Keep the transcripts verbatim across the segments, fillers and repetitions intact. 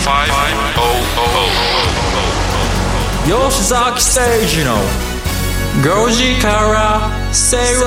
吉崎誠二のごじから正論。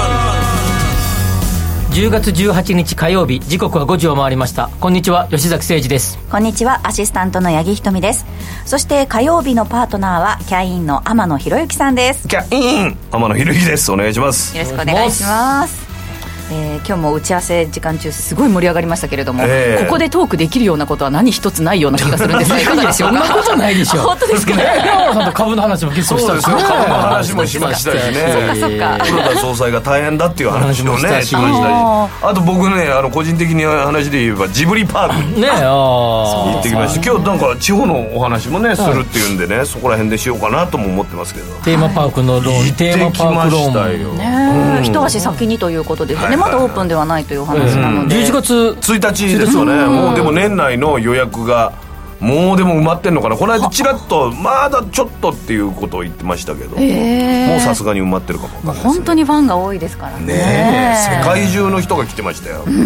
じゅうがつじゅうはちにち火曜日、時刻はごじを回りました。こんにちは、吉崎誠二です。 こんにちは、アシスタントの八木ひとみです。そして火曜日のパートナーはキャインの天野博之さんです。 キャイン天野博之です。お願いします。 よろしくお願いします。えー、今日も打ち合わせ時間中すごい盛り上がりましたけれども、えー、ここでトークできるようなことは何一つないような気がするんですがいかがでしょうか。 そんなことないでしょ。 本当ですかね。 山さんと株の話も結構したし、ね、 株の話もしましたしね。 そっかそっか。 黒田総裁が大変だっていう話もねしましたし、あと僕ね、あの個人的に話で言えばジブリパークに、ね、行ってきました。今日なんか地方のお話もねするっていうんでね、そこら辺でしようかなとも思ってますけど。 テーマパークのローン、テーマパークローンね、うん、一足先にということですね、はいはいはい、まだオープンではないという話なので、 うん、じゅういちがつついたちですよね、うん、もうでも年内の予約がもうでも埋まってんのかな。この間ちらっとまだちょっとっていうことを言ってましたけど、 えー、 もうさすがに埋まってるかもわかんないですね。 本当にファンが多いですから ね, ね世界中の人が来てましたよ。 うん、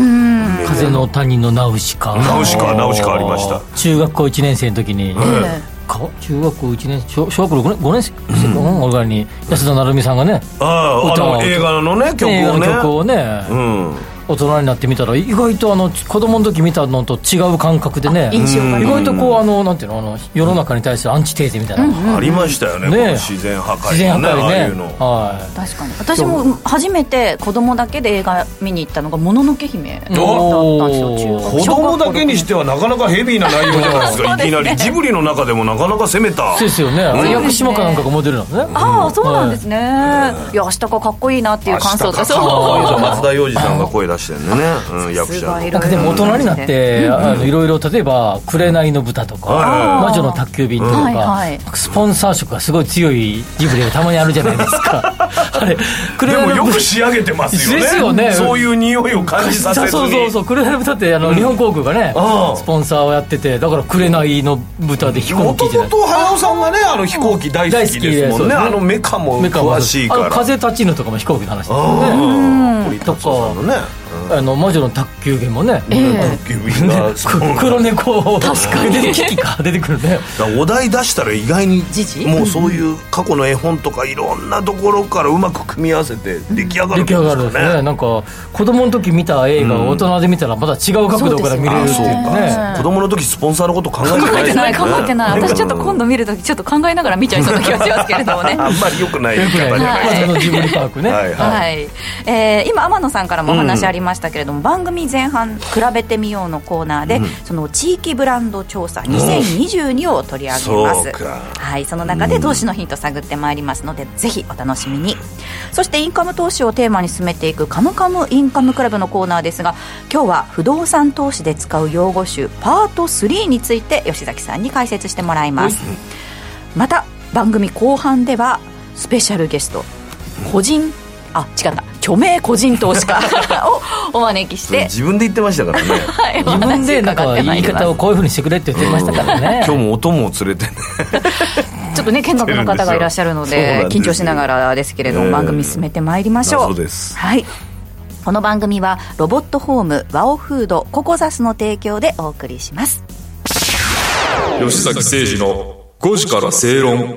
風の谷のナウシカナウシカナウシカありました。 中学校いちねん生の時に、えー中学校いちねん小学校ろくねんごねん生の頃に安田成美さんがね、 ああの映画のね曲をね、 映画の曲をね、うん、大人になってみたら意外とあの子供の時見たのと違う感覚でね、意外とこうあのなんていうの、あの世の中に対するアンチテーゼみたいな、うんうん、 ありましたよ ね, ね自然破壊、ね、 自然破壊ね、ああいうの、 はい、確かに私も初めて子供だけで映画見に行ったのがもののけ姫だったんですよ。 子供だけにしてはなかなかヘビーな内容じゃないですか。いきなりジブリの中でもなかなか攻めたですよね、うん、屋久島かなんかがモデルなのね、 うん、ああそうなんですね、はい、いや明日かかっこいいなっていう感想だ。 そう松田洋次さんが声出してるんでね、うん、役者のなんかでも大人になって、うん、あのいろいろ例えば紅の豚とか魔女の宅急便とか、はいはい、スポンサー色がすごい強いジブリがたまにあるじゃないですかあれでもよく仕上げてますよ ね, ですよね。そういう匂いを感じさせずに。 そうそうそう、紅の豚ってあの、うん、日本航空がねスポンサーをやってて、だから紅の豚で飛行機じゃない。 もともと早尾さんがねあの飛行機大好きですもんね。あのメカも詳しいから。 あの風立ちぬとかも飛行機の話ですよね。とかあの魔女の宅急便もね、えー、宅急便が黒猫確かにキキか出てくるね。 お題出したら意外にもうそういう過去の絵本とかいろんなところからうまく組み合わせて出来上がるんですかね。出来上がるですね。 なんか子供の時見た映画を大人で見たらまた違う角度から見れるっていうね。 子供の時スポンサーのこと考えてない、ね、 考えてない考えてない。私ちょっと今度見る時ちょっと考えながら見ちゃいそうな気がしますけれどもねあんまり良くない言い方じゃないですか。ジブリパークねはい、はいはい、えー、今天野さんからもお話ありましたけれども、うん、番組前半比べてみようのコーナーで、うん、その地域ブランド調査にせんにじゅうにを取り上げます、うん、そ, はい、その中で投資のヒント探ってまいりますので、うん、ぜひお楽しみに。そしてインカム投資をテーマに進めていくカムカムインカムクラブのコーナーですが、今日は不動産投資で使う用語集パートスリーについて吉崎さんに解説してもらいます、うん、また番組後半ではスペシャルゲスト個人あ違った著名個人投資家をお招きして自分で言ってましたからね、はい、 自分でなんか言い方をこういう風にしてくれって言ってましたからね今日もお供を連れてねちょっとね見学の方がいらっしゃるので緊張しながらですけれども、えー、番組進めてまいりましょう。 そうです、 はい、この番組はロボットホームワオフードココザスの提供でお送りします。 吉崎誠二のごじから正論。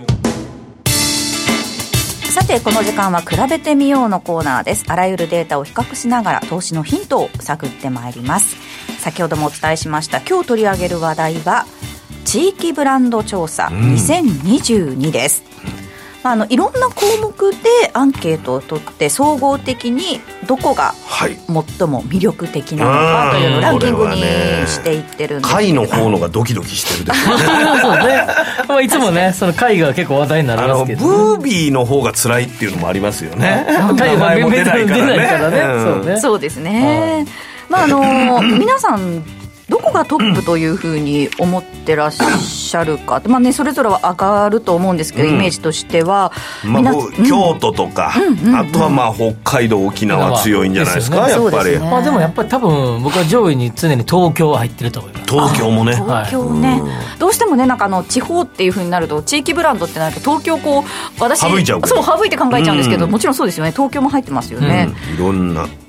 さてこの時間は比べてみようのコーナーです。あらゆるデータを比較しながら投資のヒントを探ってまいります。先ほどもお伝えしました今日取り上げる話題は地域ブランド調査にせんにじゅうにです、うん、あのいろんな項目でアンケートを取って総合的にどこが最も魅力的なのかというのをランキングにしていってるんですけど、 貝の方のがドキドキしてるですよねそうね、まあ、いつもねその貝が結構話題になりますけど、ね、 ブービーの方が辛いっていうのもありますよね貝が出ないからね、うん、そうね、 そうですね、まああの皆さんどこがトップというふうに思ってらっしゃるか、まあね、それぞれは上がると思うんですけど、うん、イメージとしては、 まあ、京都とか、うん、あとはまあ北海道沖縄強いんじゃないですか、うん、やっぱり、 ね、まあ、でもやっぱり多分僕は上位に常に東京は入ってると思います。 東京もね、 東京ね、はい、どうしてもねなんかあの地方っていうふうになると地域ブランドってなると東京こう私省いちゃうそう省いて考えちゃうんですけど、うん、もちろんそうですよね、東京も入ってますよね、 うん、いろんな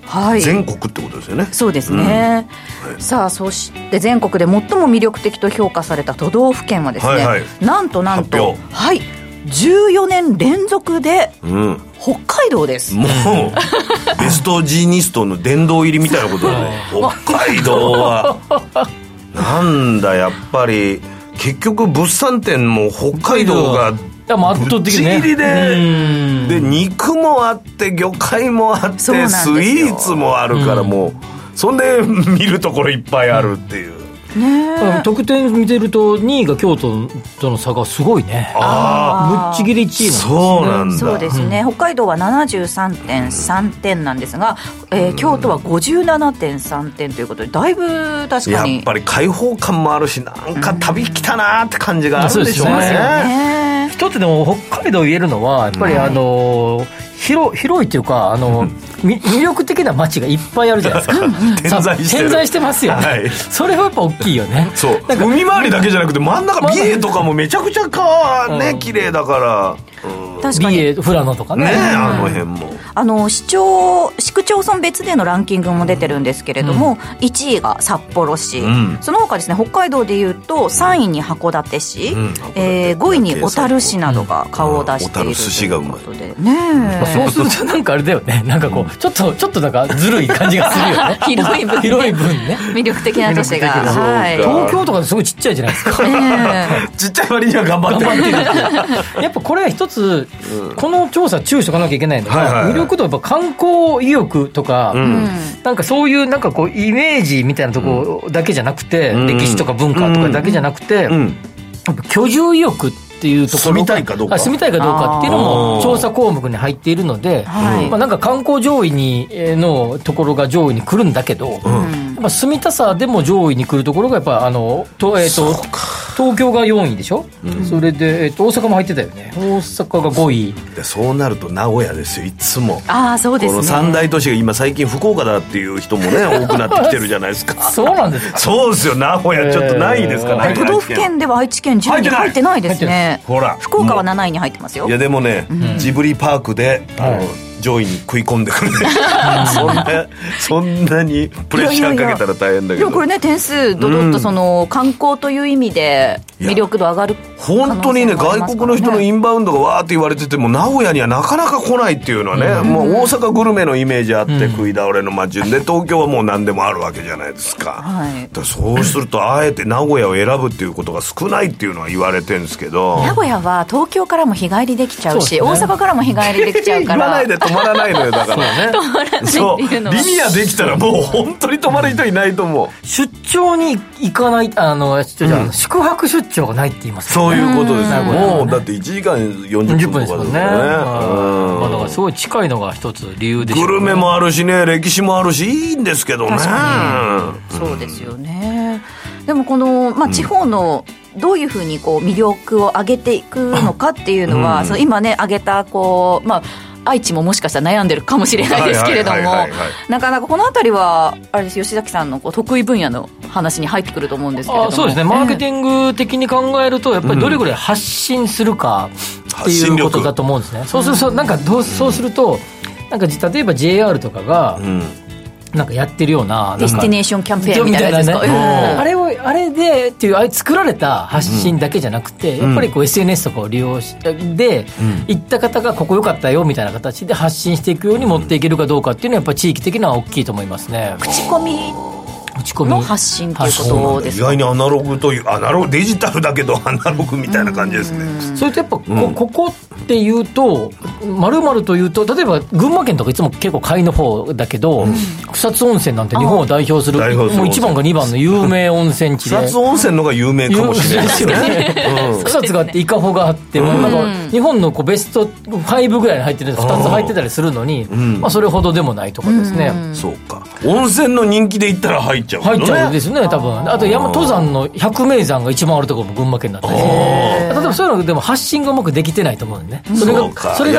はい、 全国ってことですよね。 そうですね、うん、はい、さあそして全国で最も魅力的と評価された都道府県はですね、はいはい、なんとなんと、はい、じゅうよねん連続で、うん、北海道です。 もうベストジーニストの殿堂入りみたいなことで、ね、北海道はなんだやっぱり結局物産展も北海道がぶっちぎりで、で肉もあって魚介もあってスイーツもあるから、もうそんで見るところいっぱいあるっていう、 ね、得点見てるとにいが京都との差がすごいね。あぶっちぎりいちいなんですね。 そうなんだ。 そうですね、うん、北海道は ななじゅうさんてんさんてんなんですが、えー、京都は ごじゅうななてんさんてんということで、だいぶ確かにやっぱり開放感もあるし、なんか旅来たなって感じがあるんでしょうね、うん、そうですよね。 一つでも北海道言えるのはやっぱり、あのー、広, 広いというか、あの魅力的な街がいっぱいあるじゃないですか点在してる、 点在してますよね、はい、それはやっぱ大きいよね。 そうなんか海回りだけじゃなくて真ん中美瑛とかもめちゃくちゃ川ね、うん、綺麗だから、 うん、確かに美瑛富良野とか ね, ね、あの辺もあの市町市区町村別でのランキングも出てるんですけれども、うん、いちいが札幌市、うん、その他ですね、北海道でいうとさんいに函館市、うん、えー、ごいに小樽市などが顔を出している、うん、 小樽寿司がうまいということでね、 そうするとなんかあれだよね、なんかこうちょっとちょっとなんかずるい感じがするよね広い分、ね、 広い分ね、 魅力的な都市が、はい、 東京とかですごいちっちゃいじゃないですか、えー、ちっちゃい割には頑張ってる頑張ってるやっぱこれは一つ、うん、この調査注意しとかなきゃいけないのが、はいはいはい、魅力度やっぱ観光意欲とか、うん、なんかそういうなんかこうイメージみたいなところだけじゃなくて、うん、歴史とか文化とかだけじゃなくて、うん、やっぱ居住意欲っていうところ、 住みたいかどうか住みたいかどうかっていうのも調査項目に入っているので、まあ、なんか観光上位にのところが上位に来るんだけど、うん、やっぱ住みたさでも上位に来るところがやっぱあのと、えー、と東京がよんいでしょ、うん、それで、えー、と大阪も入ってたよね。大阪がごいで、そうなると名古屋ですよ、いつも。 ああ、そうですね、 この三大都市が今最近福岡だっていう人もね多くなってきてるじゃないですかそうなんですか。 そうですよ、名古屋ちょっとないですか、えー、 都道府県では愛知県じゅういに入ってないですね。 ほら、 福岡はなないに入ってますよ。 いやでもね、うん、ジブリパークで、あの、はい、上位に食い込んでくるそんなそんなにプレッシャーかけたら大変だけど、いやいやいや、これね、点数ドドッとその、うん、観光という意味で魅力度上がる可能性もありますからね。 本当にね、外国の人のインバウンドがわーって言われてても名古屋にはなかなか来ないっていうのはね、うん、もう大阪グルメのイメージあって、うん、食い倒れの街で、東京はもう何でもあるわけじゃないですか、はい、だそうするとあえて名古屋を選ぶっていうことが少ないっていうのは言われてるんですけど、 名古屋は東京からも日帰りできちゃうし、ね、大阪からも日帰りできちゃうから言わないで止まらないのよ、だからね止まらないっていうのはリニアできたらもう本当に止まる人いないと思う。 出張に行かない、あの、うん、宿泊出張がないって言いますよね。そういうことですね。もうだっていちじかんよんじゅっぷんとかですよね。うん、 まあ、だからすごい近いのが一つ理由でしょうね。 グルメもあるしね、歴史もあるし、いいんですけどね。確かに、うん、そうですよね。でもこの、まあ、地方の、うん、どういうふうにこう魅力を上げていくのかっていうのは、うん、その今ね上げたこう、まあ、愛知ももしかしたら悩んでるかもしれないですけれども、なかなかこのあたりはあれです、吉崎さんのこう得意分野の話に入ってくると思うんですけれども。 あ、そうですね、マーケティング的に考えるとやっぱりどれぐらい発信するかっていうことだと思うんですね。そうするとなんかどうそうするとなんか例えば ジェイアール とかが、うん、なんかやってるようなディスティネーションキャンペーンみたいなやつですか、ね、 うん、あれをあれでっていうあれ作られた発信だけじゃなくて、うん、やっぱりこう エスエヌエス とかを利用してで、うん、行った方がここ良かったよみたいな形で発信していくように持っていけるかどうかっていうのはやっぱり地域的なのは大きいと思いますね。 口コミの発信ということですか。 意外にアナログというアナログデジタルだけどアナログみたいな感じですね。 それとやっぱ こ,、うん、ここっていうと丸々というと例えば群馬県とかいつも結構下位の方だけど、うん、草津温泉なんて日本を代表するもういちばんかにばんの有名温泉地で草津温泉のが有名かもしれないですよね、 うん、草津があって伊香保があって、うん、もうなんか日本のこうベストごぐらいに入ってるふたつ入ってたりするのに、うんまあ、それほどでもないとかですね、 うん、そうか温泉の人気で行ったら入っちゃう、ね、 入っちゃうですね多分。あと山登山の百名山が一番あるところも群馬県だったり、例えばそういうのでも発信がうまくできてないと思うんでね。それがそれが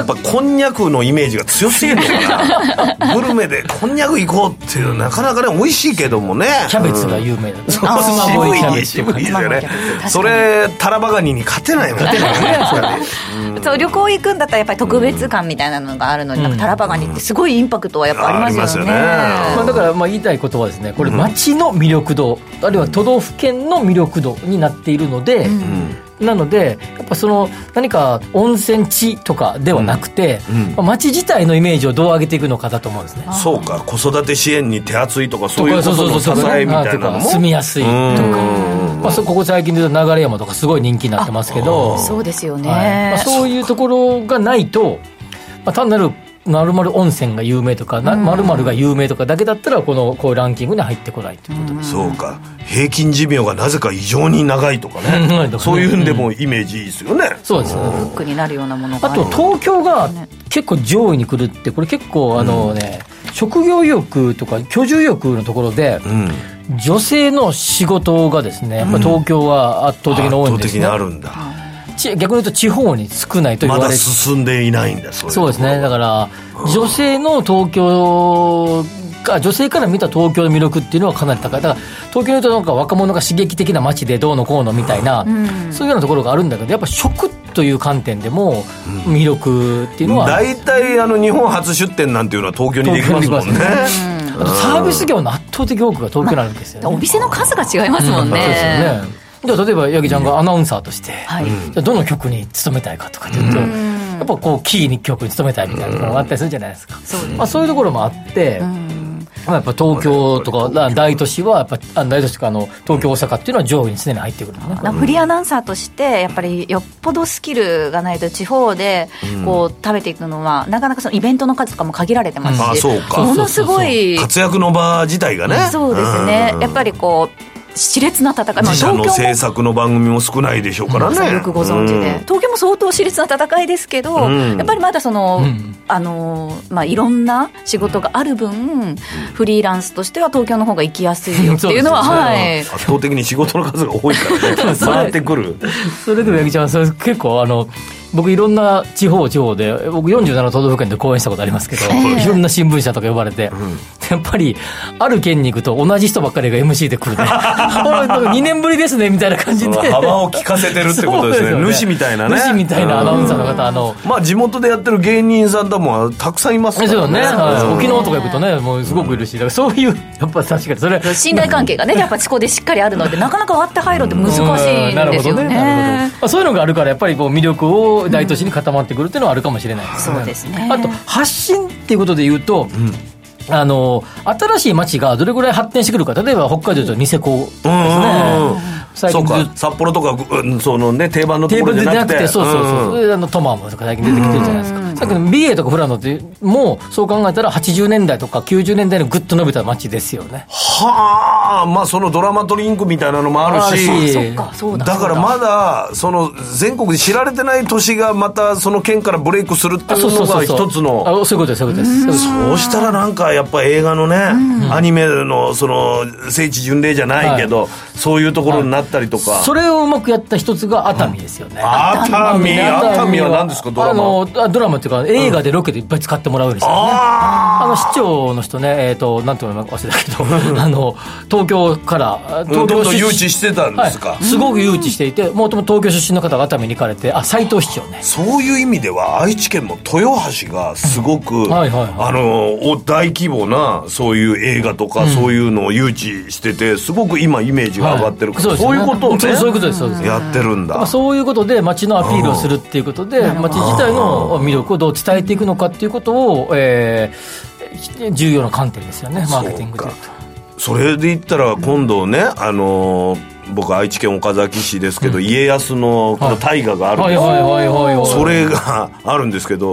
ぱこんにゃくのイメージが強すぎるのかなグルメでこんにゃく行こうっていうなかなかね美味しいけどもねキャベツが有名だ、うん、 そう渋いね渋いですよねそれタラバガニに勝てないもんねそう旅行行くんだったらやっぱり特別感みたいなのがあるのに、うん、なんかタラバガニってすごいインパクトはやっぱありますよね、うん、ありますよね、 まあ、だからまあ言いたいことはですねこれ街の魅力度、うん、あるいは都道府県の魅力度になっているので、うんなのでやっぱその何か温泉地とかではなくて、うんうん、街自体のイメージをどう上げていくのかだと思うんですね。 そうか子育て支援に手厚いとかそういうことの支えみたいなのも住みやすいとか、まあ、ここ最近で言うと流山とかすごい人気になってますけどそうですよね、 はいまあ、そういうところがないと、まあ、単なる〇〇温泉が有名とか〇〇が有名とかだけだったらこのこういうランキングに入ってこないということです。 そうか平均寿命がなぜか異常に長いとかねそういうんでもイメージいいですよね、うん、 そうですねフックになるようなものがああと東京が結構上位に来るってこれ結構あのね、うん、職業意欲とか居住意欲のところで、うん、女性の仕事がですねやっぱ東京は圧倒的に多いんですね、 圧倒的にあるんだ、 逆に言うと地方に少ないと言われてまだ進んでいないんだそれそうですねだから女性の東京が女性から見た東京の魅力っていうのはかなり高いだから東京に言うとなんか若者が刺激的な街でどうのこうのみたいな、うん、そういうようなところがあるんだけどやっぱ食という観点でも魅力っていうのは大体、うん、あの日本初出店なんていうのは東京にできますもんね、 うん、あとサービス業の圧倒的多くが東京なんですよね、 まあ、お店の数が違いますもんね、うん、そうですよねじゃあ例えば八木ちゃんがアナウンサーとして、はい、じゃあどの局に勤めたいかとかっていうと、うん、やっぱこうキーに局に勤めたいみたいなところがあったりするじゃないですか、うん そうですねまあ、そういうところもあって、うんまあ、やっぱ東京とか大都市はやっぱあ大都市とかあの東京大阪っていうのは上位に常に入ってくるのね、 うん、フリーアナウンサーとしてやっぱりよっぽどスキルがないと地方でこう食べていくのはなかなかそのイベントの数とかも限られてますし、うん、あそうかものすごい活躍の場自体がねそうですね、うん、やっぱりこう熾烈な戦い、 自社の制作の番組も少ないでしょうからね、 うん、よくご存知で、うん、東京も相当熾烈な戦いですけど、うん、やっぱりまだその、うん、あのまあ、いろんな仕事がある分、うん、フリーランスとしては東京の方が行きやすいよっていうのは、はい、 圧倒的に仕事の数が多いからね回ってくるそれでも八木ちゃんそれ結構あの僕いろんな地方地方で僕よんじゅうなな都道府県で講演したことありますけど、えー、いろんな新聞社とか呼ばれて、うん、やっぱりある県に行くと同じ人ばっかりが エムシー で来るねにねんぶりですねみたいな感じで幅を利かせてるってことですね主みたいなね主みたいなアナウンサーの方あのまあ地元でやってる芸人さんともたくさんいますからね、ねはい、沖縄とか行くとねもうすごくいるしだからそういうやっぱ確かにそれ信頼関係がねやっぱそこでしっかりあるのでなかなか割って入ろうって難しいんですよね、ねなるほど、 まあ、そういうのがあるからやっぱりこう魅力を大都市に固まってくるっていうのはあるかもしれないですね、 そうですねあと発信っていうことで言うと、うんあの新しい街がどれぐらい発展してくるか例えば北海道とニセコですね最近そうか札幌とかその、ね、定番のところじゃなくて定番じゃなくてそうそうそう、うん、それあのトマムとか最近出てきてるじゃないですかさっきの ビーエー とかフラノってもうそう考えたらはちじゅうねんだいとかきゅうじゅうねんだいのグッと伸びた街ですよねはあまあそのドラマトリンクみたいなのもあるしそっかそうだだからまだその全国で知られてない都市がまたその県からブレイクするっていうのが一つのあそういうことですそういうことですそうしたらなんかやっぱ映画のねアニメのその聖地巡礼じゃないけど、はい、そういうところになったりとか、 はい、それをうまくやった一つが熱海ですよね、 うん、熱海熱海は何ですかドラマあのドラマっていうか映画でロケでいっぱい使ってもらうんですよね、うん、あ, あの市長の人ねえっ、ー、となんていうの忘れたけどあの東京から東京どんどん誘致してたんですか、 はい、すごく誘致していてもともと東京出身の方が熱海に行かれてあ斉藤市長ねそういう意味では愛知県も豊橋がすごく、うんはいはいはい、あの大規模なそういう映画とか、うん、そういうのを誘致しててすごく今イメージが上がってるから、はい、そう, そういうことをねそういうことですそうですやってるんだそういうことで街のアピールをするっていうことで街自体の魅力をどう伝えていくのかっていうことを、えー、重要な観点ですよねマーケティングでいうとそ, それで言ったら今度ね、うん、あのー僕愛知県岡崎市ですけど、うん、家康のこの大河があるんです、はい、それがあるんですけど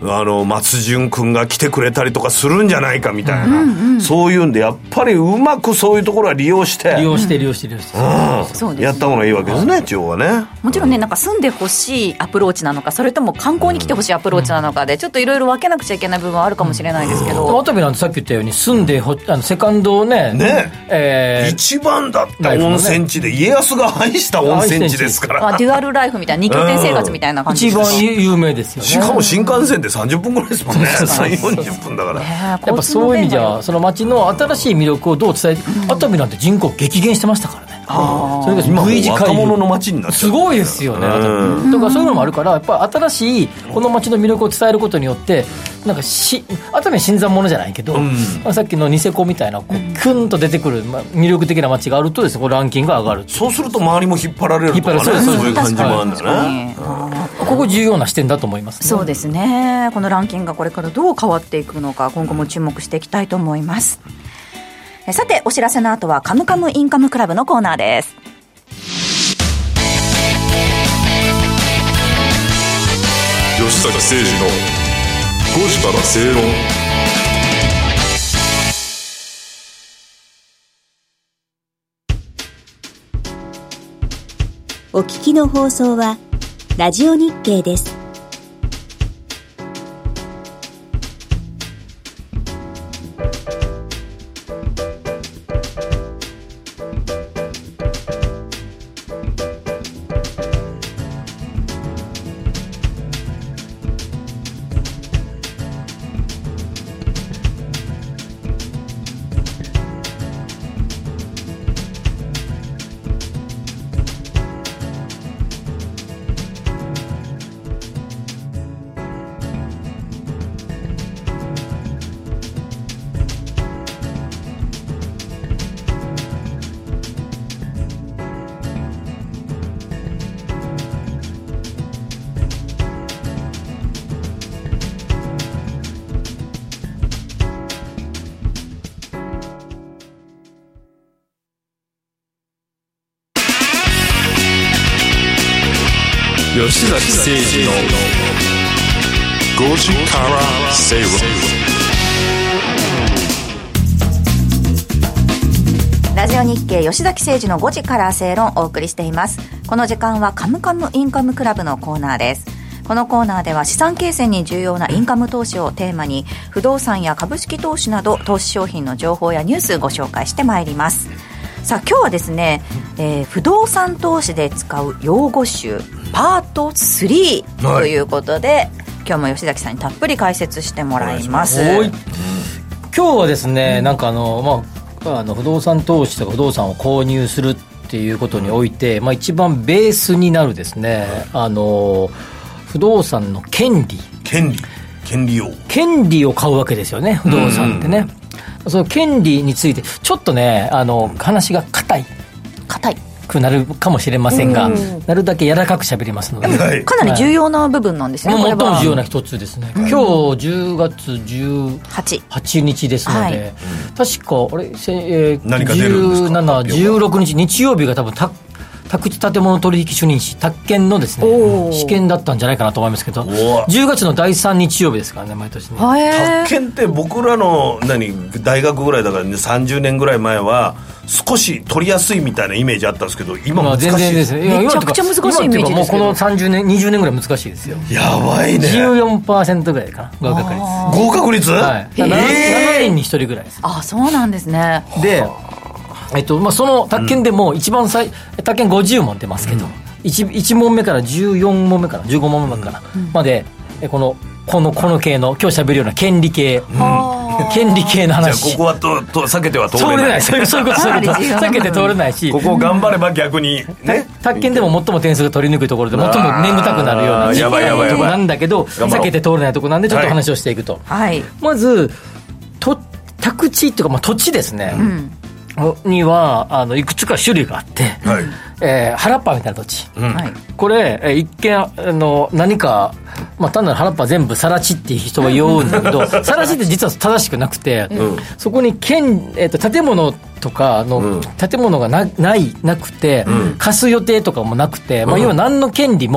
あの松潤君が来てくれたりとかするんじゃないかみたいな、うんうん、そういうんでやっぱりうまくそういうところは利用して利用して利用して利用して、 うんそうですね、やった方がいいわけですね、地方はね。 もちろんね、なんか住んでほしいアプローチなのか、それとも観光に来てほしいアプローチなのかで、ちょっといろいろ分けなくちゃいけない部分はあるかもしれないですけど、 熱海なんてさっき言ったように住んでほあのセカンドをね、 ね、 えー、 一番だった温泉地で、家康が愛した温泉地ですから、 まあ、デュアルライフみたいな二拠点生活みたいな感じです、 うん、一番有名ですよね。 しかも新幹線でさんじゅっぷんぐらいですもんね。さんじゅう、よんじゅっぷんだから、 やっぱそういう意味じゃその街の新しい魅力をどう伝えて、うん、熱海なんて人口激減してましたからね。 あそれが今 V 字回復、若者の街になっちゃう。 すごいですよね。うん、だからそういうのもあるから、やっぱり新しいこの街の魅力を伝えることによって、なんかし熱海は新参者じゃないけど、うんまあ、さっきのニセコみたいなこうキュンと出てくる、まあ、魅力的な街があるとですね、これランキングが上がる。 そうすると周りも引っ張られるとかね、そういう感じもあるんだね。 ここ重要な視点だと思いますね。 そうですね。このランキングがこれからどう変わっていくのか、今後も注目していきたいと思います。さて、お知らせの後はカムカムインカムクラブのコーナーです。 吉崎誠二のごじから正論。 お聞きの放送はラジオ日経です。 吉崎誠二のごじから正論。 ラジオ日経吉崎誠二のごじから正論をお送りしています。この時間はカムカムインカムクラブのコーナーです。このコーナーでは資産形成に重要なインカム投資をテーマに、不動産や株式投資など投資商品の情報やニュースをご紹介してまいります。さあ今日はですね、えー、不動産投資で使う用語集パートスリーということで、はい、今日も吉崎さんにたっぷり解説してもらいます。 はい、今日はですね、なんかあの、まあ、あの不動産投資とか不動産を購入するっていうことにおいて、まあ、一番ベースになるですね、あの不動産の権利権利権利を権利を買うわけですよね、不動産ってね。うんうん、その権利についてちょっとね、あの話が硬い硬いくなるかもしれませんが、なるだけ柔らかく喋りますので、 はい、かなり重要な部分なんですね。 最も重要な一つですね。今日じゅうがつじゅうはちにちですので、はい、確かあれ、えー、 何か出るんですか。じゅうなな、 じゅうろくにち日曜日が多分た宅地建物取引主任士宅建のですね試験だったんじゃないかなと思いますけど、じゅうがつのだいさん日曜日ですからね、毎年ね。 宅建って僕らの何大学ぐらいだからね、さんじゅうねんぐらい前は少し取りやすいみたいなイメージあったんですけど、今難しいです、まあ、全然ですね。 めちゃくちゃ難しいイメージですけど、今もうこのさんじゅうねんにじゅうねんぐらい難しいですよ。 やばいね。 じゅうよんパーセント ぐらいかな、合格率。 合格率、 はい、えー、ななねんにひとりぐらいです。 あ、そうなんですね。 でえっとまあ、その宅建でも一番最、うん、宅建ごじゅう問出ますけど、うん、1, いち問目からじゅうよん問目からじゅうご問目から、うん、までこのこのこの系の今日喋るような権利系、うん、権利系の話。 じゃあここはとと避けては通れない。 通れない。そういうそういうこと、そういうこと避けて通れないし、 ここを頑張れば逆にね。 宅建でも最も点数が取り抜くところで最も眠たくなるようなやばいやばいやばいところなんだけど、避けて通れないところなんでちょっと話をしていくと。 はい、 まずと宅地っていうか、まあ、土地ですね。うん、にはあのいくつか種類があって、はい、えー、原っぱみたいな土地、うん、これ、えー、一見あの何か、まあ、単なる原っぱ全部更地っていう人は言うんだけど更地って実は正しくなくて、うん、そこに建、えー、と建物とかの、うん、建物が な, ないなくて、うん、貸す予定とかもなくて、まあ、要は何の権利も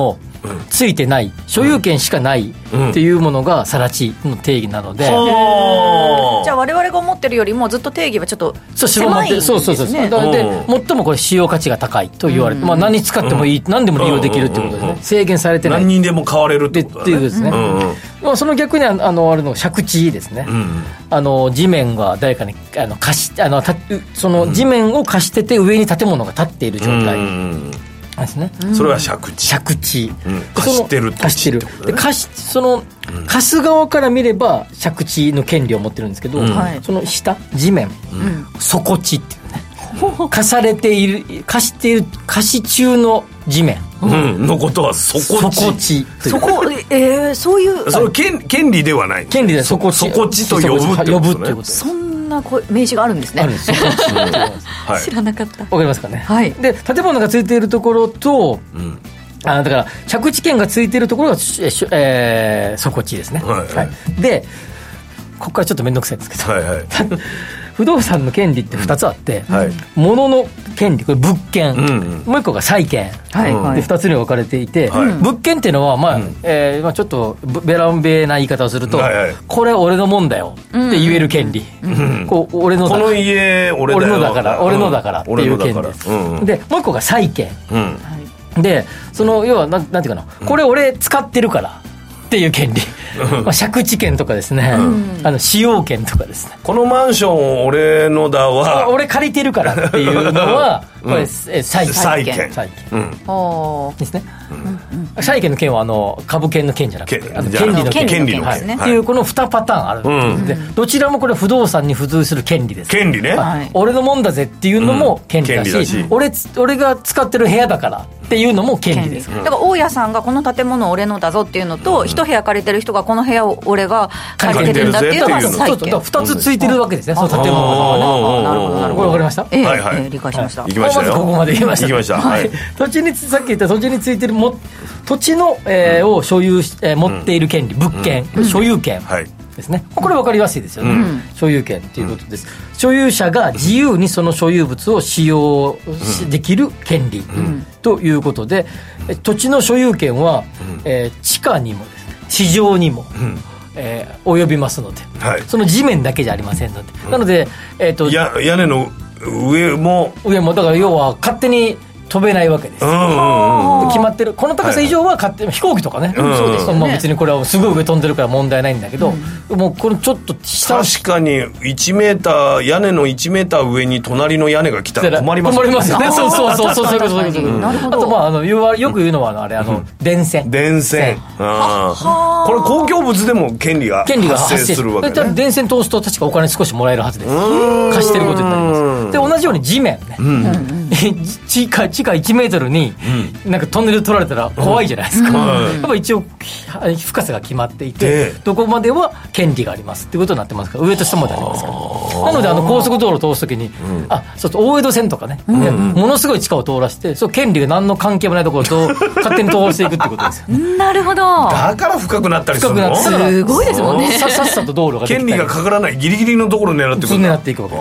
ついてない、所有権しかないっていうものが更地の定義なので、うん、 じゃあ我々が思ってるよりもずっと定義はちょっと狭いんですね。 そうそうそうそう。で最もこれ使用価値が高いと言われて、まあ、何に使ってもいい、何でも利用できるっていうことですね。制限されてない、 何人でも買われるってことだねっていうですね、うんうん、まあ、その逆にあのあるの借地ですね、うん、あの地面が誰かにあの貸しあのたその地面を貸してて上に建物が建っている状態ですね、 うん、それは借地借地、 うん、貸してる貸してるで貸しその、うん、貸す側から見れば借地の権利を持ってるんですけど、うん、その下地面、うん、底地っていうね、貸されている貸している貸し中の地面、 うん、のことは底地底地そこ、えー、そういうそれ 権, 権利ではない権利で底地底地と呼ぶってことね。 そんな名詞があるんですね。 あるんですはい、知らなかった。 わかりますかね、 はい、 で建物がついているところと、うん、あだから借地権がついているところが、えー、底地ですね、はいはい、でここからちょっと面倒くさいんですけど、はいはい不動産の権利ってふたつあって、うん、はい、物の権利、これ物件、うんうん、もう一個が債権、はいはい、でふたつに分かれていて、はい、物件っていうのは、まあ、うん、えーまあ、ちょっとベランベな言い方をすると、はいはい、これ俺のもんだよって言える権利、うん、こう俺のだこの家俺だよ、 俺のだから俺のだからっていう権利です、うんうん、でもう一個が債権、うん、でその要はなん、なんていうかな、これ俺使ってるからっていう権利、まあ、借地権とかですね、うん、あの使用権とかですね、 このマンション俺のだは俺借りてるからっていうのはこれ、うん、債権債権、うん、ですね、うん、債権の権はあの株権の権じゃなくてあの権利の権、 権利の権、はい、 っていうこのにパターンあるんで、うん、どちらもこれ不動産に付随する権利です。 権利ね、 はい、俺のもんだぜっていうのも権利だし、うん、だし 俺, 俺が使ってる部屋だからっていうのも権利です、 うん、だから大家さんがこの建物俺のだぞっていうのと、うん、一部屋借りてる人がこの部屋を俺が借りてるんだっていうのが債権。 ふたつついてるわけですね、その建物がね。なるほどなるほど、これ分かりました、 えーはいはい、 えー、理解しました、はい、 行きましたよ、 まずここまで行きました行きました、はい、 土地にさっき言った土地についてるも土地の、えー、を所有し、えー、持っている権利、物件、うん、所有権、はいですね、これ分かりやすいですよね、うん、所有権ということです、うん、所有者が自由にその所有物を使用できる権利、うん、ということで、土地の所有権は、うん、えー、地下にもですね、地上にも、うん、えー、及びますので、はい、その地面だけじゃありませんので、うん、なので、えー、とや屋根の上も上もだから要は勝手に飛べないわけです、うんうんうん、決まってるこの高さ以上は勝手に、はいはい、飛行機とかね、うん、そうですよね、まあ、別にこれはすごい上飛んでるから問題ないんだけど、うん、もうこれちょっと下確かにいちメーター屋根のいちメーター上に隣の屋根が来たら困りますよね。 困りますよね。そうそうそうそうそういうことそういうこと、うん、なるほど。あとまああのよく言うのはあのあれあの、うん、電線電線あこれ公共物でも権利が発生するわけね。 電線通すと確かお金少しもらえるはずです。貸してることになります。で同じように地面ね、うん、地下地下いちメートルになんかトンネル取られたら怖いじゃないですか、うんうん、やっぱ一応深さが決まっていて、どこまでは権利がありますっていうことになってますから、上と下までありますから、なのであの高速道路を通すときに、うん、あそうそう大江戸線とかね、うんうん、ものすごい地下を通らせて、そう権利が何の関係もないところと勝手に通していくってことですよなるほど。 だから深くなったりするの。深くなってすごいですもんね。 さ, さっさと道路ができたり、 権利がかからないギリギリのところを狙っていく狙っていくわけです。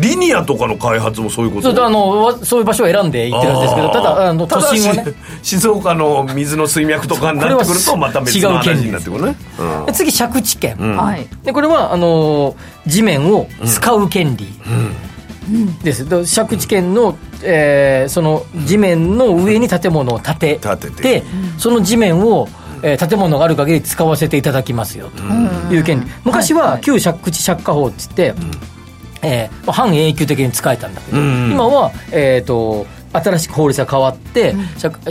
リニアとかの開発もそういうこと。 そうあのそういう場所を選んでいってるんですけど、ただあの都心はね、 静岡の水の水脈とかになってくるとまた別の話になってくるね、 うん、次借地権、うん、でこれはあの地面を使う権利です、うんうん、借地権の、えー、その地面の上に建物を建て、建てて、その地面をえー、建物がある限り使わせていただきますよという権利。昔は旧借地借家法って言って、うん、えー、半永久的に使えたんだけど、うん、今は、えーと新しく法律が変わって、うん、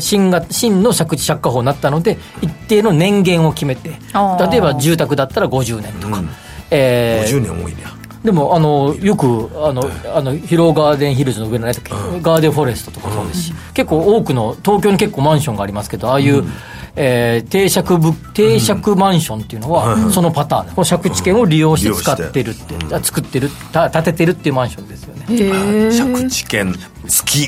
新が新の借地借家法になったので一定の年限を決めて、例えば住宅だったらごじゅうねんとか、うん、えー、 ごじゅうねん多いね。 でもあのよくあのあの広ガーデンヒルズの上の、ね、うん、ガーデンフォレストとかそうですし、うん、結構多くの東京に結構マンションがありますけど、ああいう、うん、えー、定借物定借マンションっていうのは、うん、そのパターンでこの借地権を利用して使ってるって、うん、作ってる建ててるっていうマンションですよね。 借地権付きとか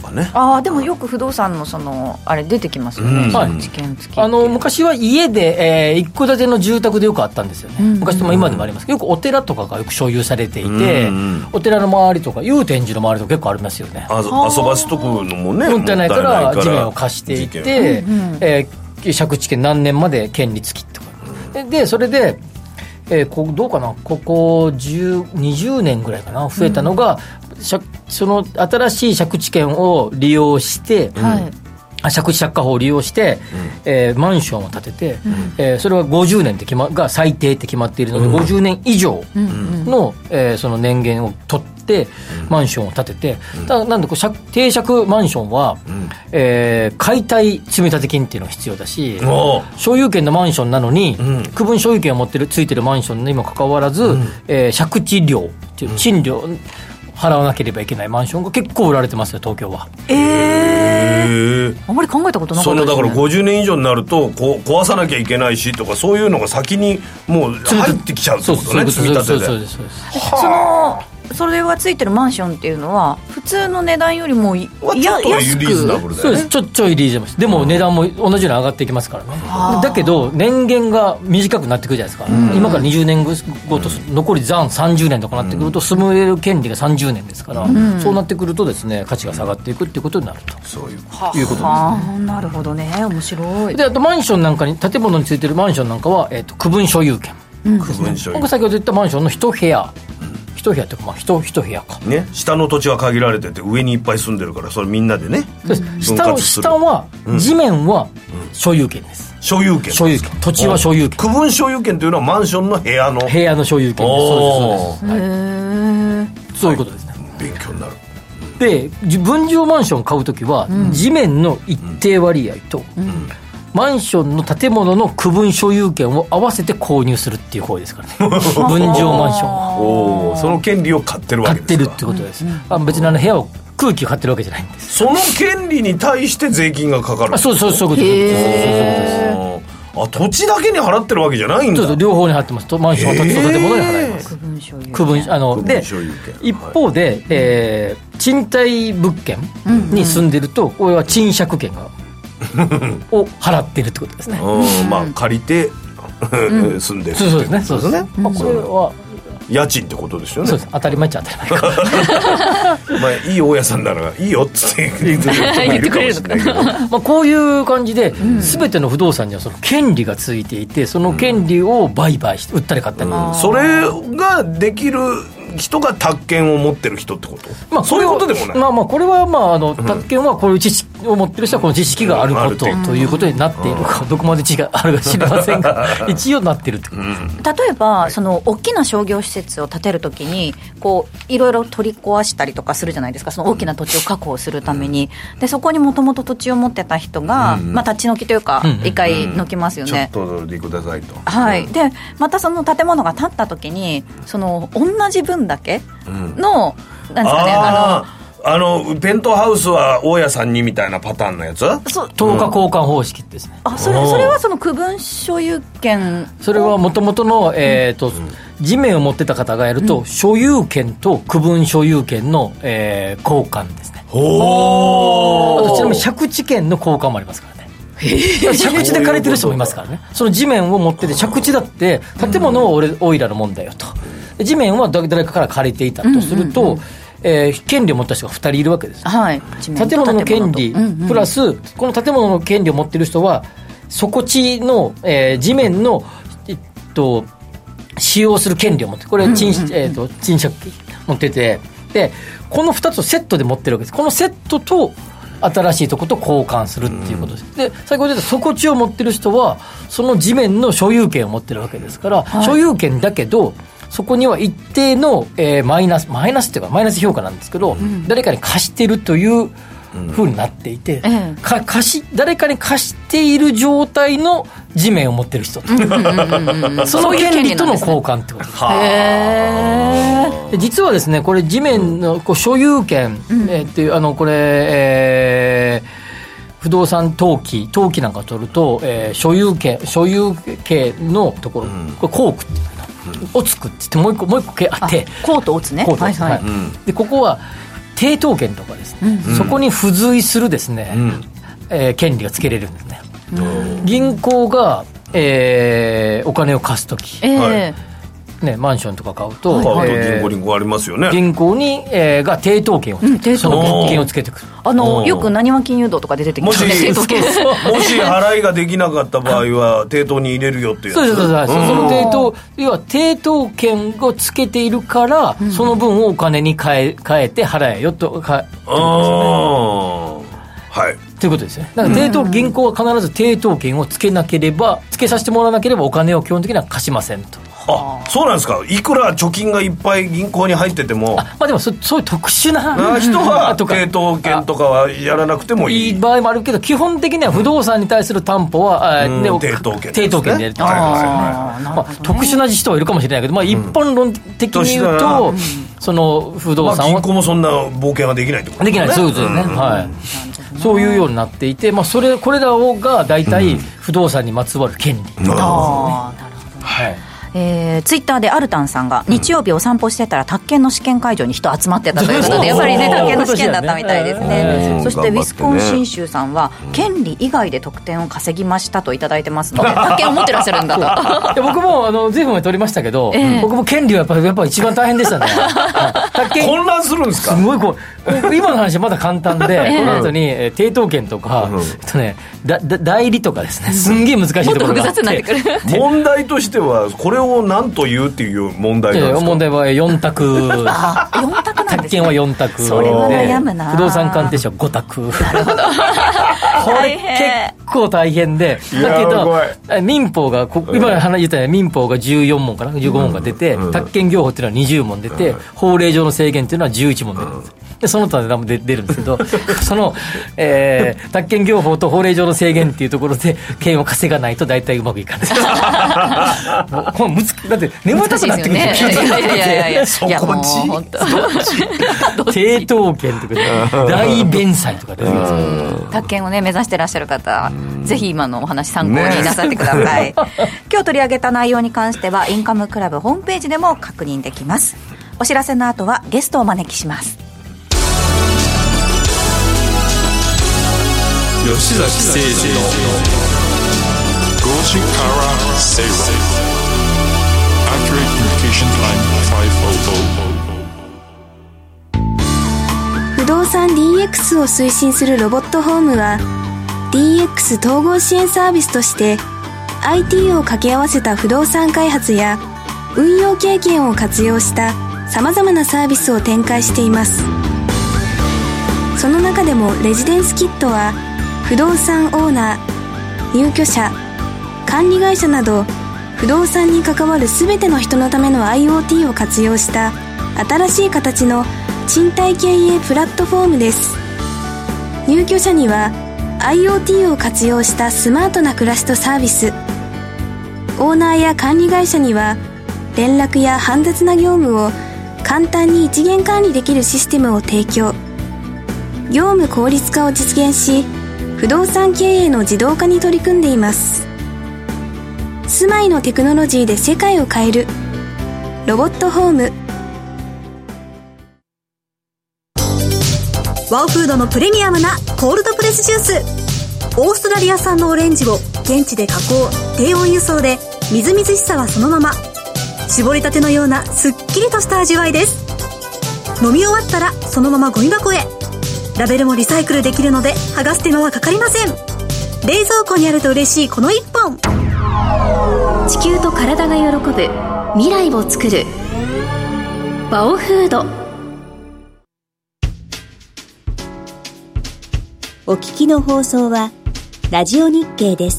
かね。 ああ、でもよく不動産のそのあれ出てきますよね、 はい、 知見付き。 あの昔は家で、えー、一戸建ての住宅でよくあったんですよね、うんうん、昔とも今でもありますけど、よくお寺とかがよく所有されていて、うんうん、お寺の周りとか祐天寺の周りとか結構ありますよね。 あ遊ばすとこのもね、 もったいないから地面を貸していて、うんうん、えー、借地権何年まで権利付きとか、うん、でそれで、えー、こどうかな、ここじゅう、にじゅうねんぐらいかな、増えたのが、うん、その新しい借地権を利用して、うん、はい、借地借家法を利用して、うん、えー、マンションを建てて、うん、えー、それはごじゅうねんって決、ま、が最低って決まっているので、うん、ごじゅうねん以上の、えー、その年限を取って、うん、マンションを建てて、うん、だなんでこう定借マンションは、うん、えー、解体積立金っていうのが必要だし、所有権のマンションなのに、うん、区分所有権を持ってるついてるマンションにもかかわらず、うん、えー、借地料っていう賃料、うん、払わなければいけないマンションが結構売られてますよ、東京は。 えー、あんまり考えたことなかったですね。 そのだからごじゅうねん以上になるとこう壊さなきゃいけないしとか、そういうのが先にもう入ってきちゃうってことね、積み立てで。そうですそうです。 そのそれがついてるマンションっていうのは普通の値段よりもいや安く、 リーズナブルだよね。 そうです、ちょちょいリーズナブルです。でも値段も同じように上がっていきますからね、うん、だけど年限が短くなってくるじゃないですか、うん、今からにじゅうねんごと残り残さんじゅうねんとかなってくると、住める権利がさんじゅうねんですから、うん、そうなってくるとですね、価値が下がっていくっていうことになると、 そういうことですね。 なるほどね、面白い。 であとマンションなんかに、建物についてるマンションなんかは、えー、と区分所有権、うん、区分所有権、僕先ほど言ったマンションの一部屋、一部屋というか、まあ、一, 一部屋か、 ね、下の土地は限られてて上にいっぱい住んでるから、それみんなでね、 うん、下, 下は、うん、地面は所有権です、 うん、所有権所有権、土地は所有権。 区分所有権というのはマンションの部屋の部屋の所有権です。そうです、そうです、はい、そういうことですね、はい、 勉強になる。 で分譲マンション買うときは、うん、地面の一定割合と、うんうん、マンションの建物の区分所有権を合わせて購入するっていう行為ですからね分譲マンションはおその権利を買ってるわけですか。 買ってるってことです、うんうん、あ別にあの部屋を空気を買ってるわけじゃないんです。 その権利に対して税金がかかる。 あそうそうそういうことです。 あ土地だけに払ってるわけじゃないんだ。 そうそう両方に払ってます。マンションは土地と建物に払います。 区分所有権。 区分あので一方で、はい、えー、賃貸物件に住んでると、これは賃借権がを払ってるってことですね。 うん、まあ借りて住んでる。 そうそうですね。そうですね。まあこれは家賃ってことですよね。 そうです。当たり前っちゃ当たり前か。 まあいい大家さんならいいよって言ってくれるかもしれないけど、 まあこういう感じで全ての不動産にはその権利がついていて、その権利を売買して売ったり買ったり、 うんうん、それができる人が宅建を持ってる人ってこと、 まあ、 そういうことでもない。 まあまあこれはまああの宅建はこういう知識を持ってる人はこの知識があることということになっているか、どこまで違いあるか知りませんが一応なってるってことです、うん、 例えばその大きな商業施設を建てるときにこういろいろ取り壊したりとかするじゃないですか。その大きな土地を確保するために、でそこにもともと土地を持ってた人が、うんまあ、立ち退きというか一回抜きますよね、 ちょっとでくださいと、 はい、でまたその建物が建ったときにその同じ分だけの、うん、なんですかね、あのあのペントハウスは大家さんにみたいなパターンのやつ、 そう等価交換方式ですね。 あ そ, れそれはその区分所有権、 それはもともとの、えーとうん、地面を持ってた方がやると、うん、所有権と区分所有権の、えー、交換ですね。 ほあとちなみに借地権の交換もありますからね。借地で借りてる人もいますからね。その地面を持ってて借地だって建物は俺、うん、おいらのもんだよと、地面は誰かから借りていたとすると、うんうんうん、えー、権利を持った人がふたりいるわけです、 はい、 建物の権利プラス、うんうん、この建物の権利を持っている人は底地の、えー、地面の、えっと、使用する権利を持って、これ賃、うんうんうん、えーと、賃借持ってて、でこのふたつをセットで持ってるわけです。このセットと新しいとこと交換するっていうことです、うん、で先ほど言った底地を持ってる人はその地面の所有権を持ってるわけですから、はい、所有権だけどそこには一定の、えー、マイナスマイナスっていうかマイナス評価なんですけど、うん、誰かに貸してるという風になっていて、うん、か貸し誰かに貸している状態の地面を持ってる人とその権利との交換ってことです。 へー。実はですねこれ地面のこう所有権、うん、えー、っていうあのこれ、えー不動産登記登記なんか取ると、えー、所有権所有権のところ、うん、これコークっていうの、うん、オツクって言ってもう一個もう一個あって、 コーとオツね、 コーとオツ、はいはい、でここは抵当権とかですね、うん、そこに付随するですね、うんえー、権利がつけれるんですね、うん、銀行が、えー、お金を貸すとき、えーね、マンションとか買うと、 はいえー、銀行銀行ありますよね。 銀行に、えー、が抵当権をつけて、うん、その物件をつけてくる。 あのよくなにわ金融道とかで出てきますね。 もしもし払いができなかった場合は抵当に入れるよっていうやつ。 そうですそうです。その抵当要は抵当権をつけているから、うん、その分をお金に変え変えて払えよとか。ああ。はい。 ということですね。だから抵当、うん、銀行は必ず抵当権をつけなければつけさせてもらわなければお金を基本的には貸しませんと。 あ、そうなんですか。いくら貯金がいっぱい銀行に入ってても、 あ、まあ、でも そ, そういう特殊な人は抵当権とかはやらなくてもいいいい場合もあるけど、基本的には不動産に対する担保は、うん、 抵当権、 抵当権でやると、ね、あ、まあ、特殊な人はいるかもしれないけど、まあ、一般論的に言うと、うん、その不動産は、 まあ、銀行もそんな冒険はできないってことですね。できない、そういうことですね、うんはい、そういうようになっていて、まあ、それこれらが大体不動産にまつわる権利、うん、ああ、なるほど、 はいえー、ツイッターでアルタンさんが日曜日お散歩してたら宅建の試験会場に人集まってたということで、やっぱりね宅建の試験だったみたいですね。そしてウィスコンシン州さんは権利以外で得点を稼ぎましたといただいてますので、宅建を持ってらっしゃるんだと。 僕もあの随分前取りましたけど、えー、僕も権利はやっぱりやっぱ一番大変でしたね。 混乱するんですか。 すごいこう今の話はまだ簡単で、えー、この後に抵当権とか、うんえっとね、だだ代理とかですね、すんげえ難しいところがあって、 もっと複雑になってくる。 問題としてはこれを何と言うっていう問題なんですか。 問題はよん択。 あ、よん択なんですね。 宅建はよん択。 それは悩むな。 不動産鑑定士はご択。なるほど。 これ結構大変で、だけど民法が今話言ったように民法がじゅうよん問かな、じゅうご問が出て、うん、宅建業法っていうのはにじゅう問出て、うん、法令上の制限っていうのはじゅういち問出るんです。でその他で出るんですけど、その、えー、宅建業法と法令上の制限っていうところで権を稼がないと大体うまくいかない。もうむつだって眠たくなってくるんですよ。 いやいやいやいやそこち抵当権とか大弁済とか出てきます。 宅建をね目指してらっしゃる方、ぜひ今のお話参考になさってください。ね、今日取り上げた内容に関してはインカムクラブホームページでも確認できます。お知らせの後はゲストをお招きします。 吉崎誠二のごじから正論 Accurate Communication Time ごひゃく。 不動産 ディーエックス を推進するロボットホームは ディーエックス 統合支援サービスとして アイティー を掛け合わせた不動産開発や運用経験を活用したさまざまなサービスを展開しています。その中でもレジデンスキットは不動産オーナー、入居者、管理会社など不動産に関わる全ての人のための アイオーティー を活用した新しい形の賃貸経営プラットフォームです。入居者には アイオーティー を活用したスマートな暮らしとサービス、オーナーや管理会社には連絡や煩雑な業務を簡単に一元管理できるシステムを提供。業務効率化を実現し、不動産経営の自動化に取り組んでいます。住まいのテクノロジーで世界を変えるロボットホーム。 ワオフードのプレミアムなコールドプレスジュース。オーストラリア産のオレンジを現地で加工、低温輸送でみずみずしさはそのまま、絞りたてのようなすっきりとした味わいです。飲み終わったらそのままゴミ箱へ。ラベルもリサイクルできるので剥がす手間はかかりません。冷蔵庫にあると嬉しいこの一本。 地球と体が喜ぶ未来を作るワオフード。 お聞きの放送はラジオ日経です。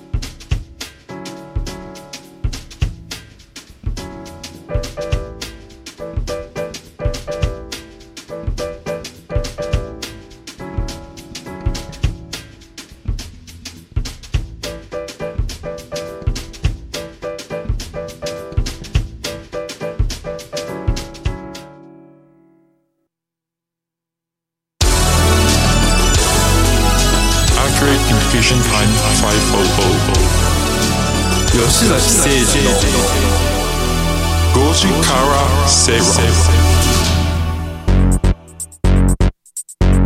吉崎誠二のごじから正論。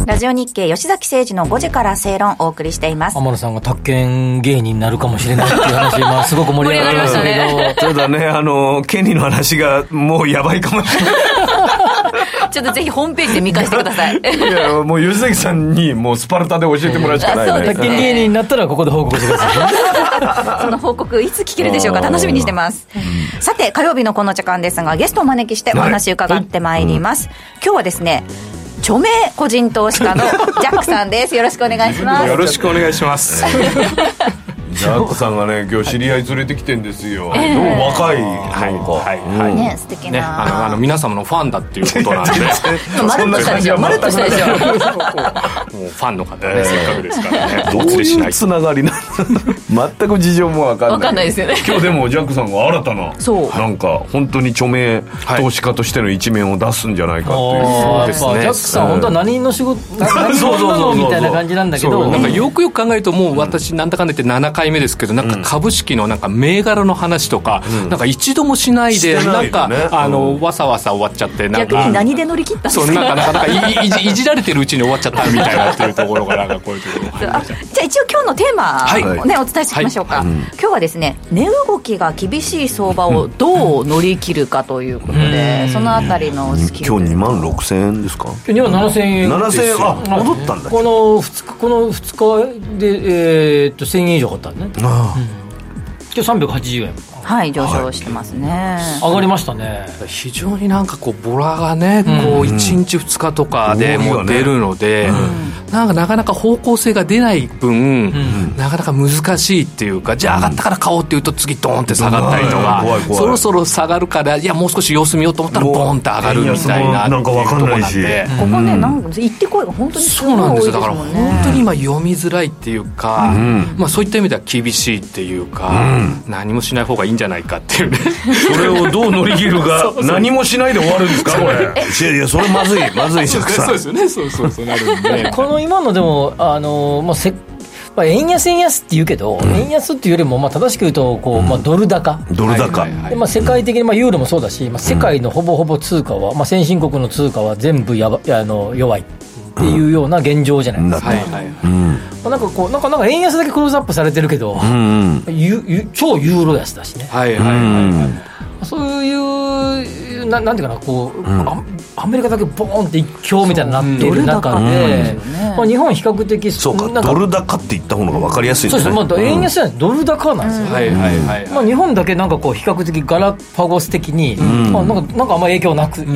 ラジオ日経吉崎誠二のごじから正論お送りしています。 天野さんが宅建芸人になるかもしれないっていう話今すごく盛り上がりましたけどね、ただねあの権利の話がもうやばいかもしれないちょっとぜひホームページで見返してください。いやもう吉崎さんにもうスパルタで教えてもらうしかないね。 宅建芸人になったらここで報告してください。その報告いつ聞けるでしょうか、楽しみにしてます。さて火曜日のこの時間ですがゲストをお招きしてお話伺ってまいります、はい、今日はですね著名個人投資家のジャックさんです。よろしくお願いします。 よろしくお願いします。 ジャックさんがね今日知り合い連れてきてんですよ、えー、どうも若いはいはいはい、 ね、素敵な、 ね、あのあの皆様のファンだっていうことなんでまるっとしたでしょまるっとしたでしょもうファンの方ね、えー、せっかくですからねどういうつながりなの全く事情も分かんない分かんないですよね。 今日でもジャックさんが新たなそうなんか本当に著名投資家としての一面を出すんじゃないかっていう、はい、 そうですね。ジャックさん、うん、本当は何の仕事何事なのみたいな感じなんだけど、 なんかよくよく考えるともう私なんだかんだ言ってななかいめですけど、なんか株式のなんか銘柄の話とか、うん、なんか一度もしないでなんか、ね、あの、うん、わさわさ終わっちゃってなんか逆に何で乗り切ったんですか。 そうなんかなかなか い, い, じいじられてるうちに終わっちゃったみたいなっていうところがなんかこういうところあじゃあ一応今日のテーマを、ねはい、お伝えしておきましょうか、はいうん、今日はですね値動きが厳しい相場をどう乗り切るかということで、うん、そのあたりのスキル今日にまんろくせんえんですか。今日にはななせんえんななせんえんあ戻ったんだ。 このふつかこのふつかで、えー、っとせんえん以上買ったんね。ああ、うん、今日さんびゃくはちじゅうえんはい上昇してますね、 はい、上がりましたね。 非常になんかこうボラがね、うん、こういちにちふつかとかでもう出るので、うん、なんかなかなか方向性が出ない分、うん、なかなか難しいっていうか、じゃあ上がったから買おうっていうと次ドーンって下がったりとか、うん、そろそろ下がるからいやもう少し様子見ようと思ったらボーンって上がるみたいななんか分かんないし、 ここねなんか行ってこいが本当にすごい多いですもんね。そうなんですよ。だから本当に今読みづらいっていうか、うん、まあ、そういった意味では厳しいっていうか、うん、何もしない方がいいんじゃないかっていうねそれをどう乗り切るか何もしないで終わるんですかこれ。いやいやそれまずいまずいしそうですよね。そうそうそうなるんでこの今のでもあの、まあ、せまあ、円安円安って言うけど、うん、円安っていうよりもまあ正しく言うとこう、まあ、ドル高、 うん、ドル高、 はいはいはい、でまあ、世界的にまあユーロもそうだし、まあ、世界のほぼほぼ通貨は、まあ、先進国の通貨は全部やばあの弱いっていうような現状じゃないですか、うんはいはいはい、うん、まあ、なんかこうなんかなんか円安だけクローズアップされてるけど、うんうん、ゆゆ超ユーロ安だしね、はいはいはいはい、うん、そういうななんていうかなこう、うん、アメリカだけボーンって一強みたいになっている中で、うんね、まあ、日本は比較的そうかドル高って言った方が分かりやすいですね。 そうです、まあ、円安じゃない、うん、ドル高なんですよ、うん、はいはいはい、まあ、日本だけなんかこう比較的ガラパゴス的に、うん、まあ、なんかなんかあんまり影響なく、うん、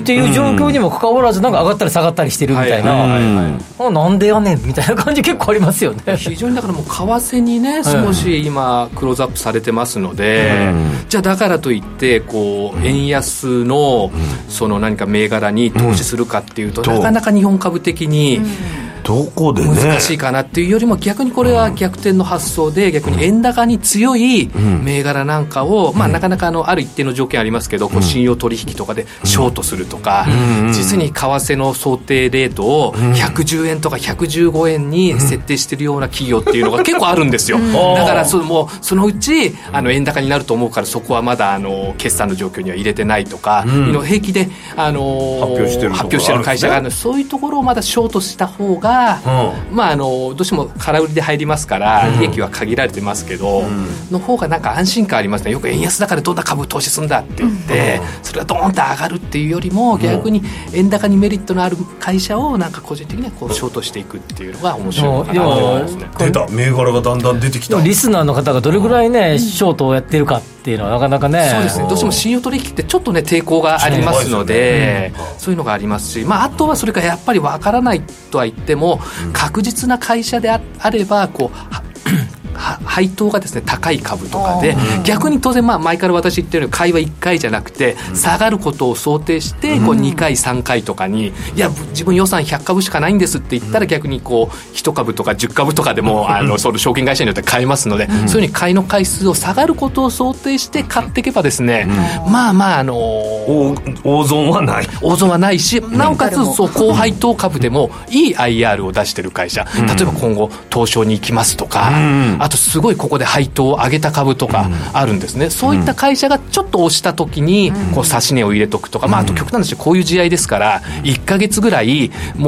っていう状況にもかかわらずなんか上がったり下がったりしてるみたいな、はいはいはい、あなんでやねんみたいな感じ結構ありますよね。 非常にだからもう為替にね少し今クローズアップされてますので、うん、じゃあだからといってこう円安のその何か銘柄に投資するかっていうと、うん、なかなか日本株的に、うん、 どこでね難しいかなっていうよりも逆にこれは逆転の発想で逆に円高に強い銘柄なんかを、まあ、なかなかあのある一定の条件ありますけどこう信用取引とかでショートするとか実に為替の想定レートをひゃくじゅうえんとかひゃくじゅうごえんに設定してるような企業っていうのが結構あるんですよ。だからそのもうそのうちあの円高になると思うからそこはまだあの決算の状況には入れてないとか平気であの発表してる発表してる会社があるのでそういうところをまだショートした方がうん、まあ、あのどうしても空売りで入りますから利益は限られてますけど、うん、の方がなんか安心感ありますね。よく円安だからどんな株投資するんだって言って、うん、それがドーンと上がるっていうよりも逆に円高にメリットのある会社をなんか個人的にはこうショートしていくっていうのが面白いかなと思いますね。 出た銘柄がだんだん出てきた。 リスナーの方がどれぐらいね、うん、ショートをやってるかっていうのはなかなかね。 そうですね。どうしても信用取引ってちょっとね抵抗がありますので、うん、そういうのがありますし、まあ、あとはそれからやっぱり分からないとは言っても、うん、確実な会社で あ, あればこう配当がですね高い株とかで逆に当然まあ前から私言ってるように買いはいっかいじゃなくて下がることを想定してこうにかいさんかいとかにいや自分予算ひゃくかぶしかないんですって言ったら逆にこういち株とかじゅっ株とかでもあのその証券会社によって買えますのでそういうふうに買いの回数を下がることを想定して買っていけばですねまあまああの大損はない大損はないしなおかつそう高配当株でもいい アイアール を出してる会社例えば今後東証に行きますとかあとすごいここで配当を上げた株とかあるんですね、うん、そういった会社がちょっと押した時にこう指値を入れとくとか、まあ、あと極端な話こういう試合ですからいっかげつぐらいもう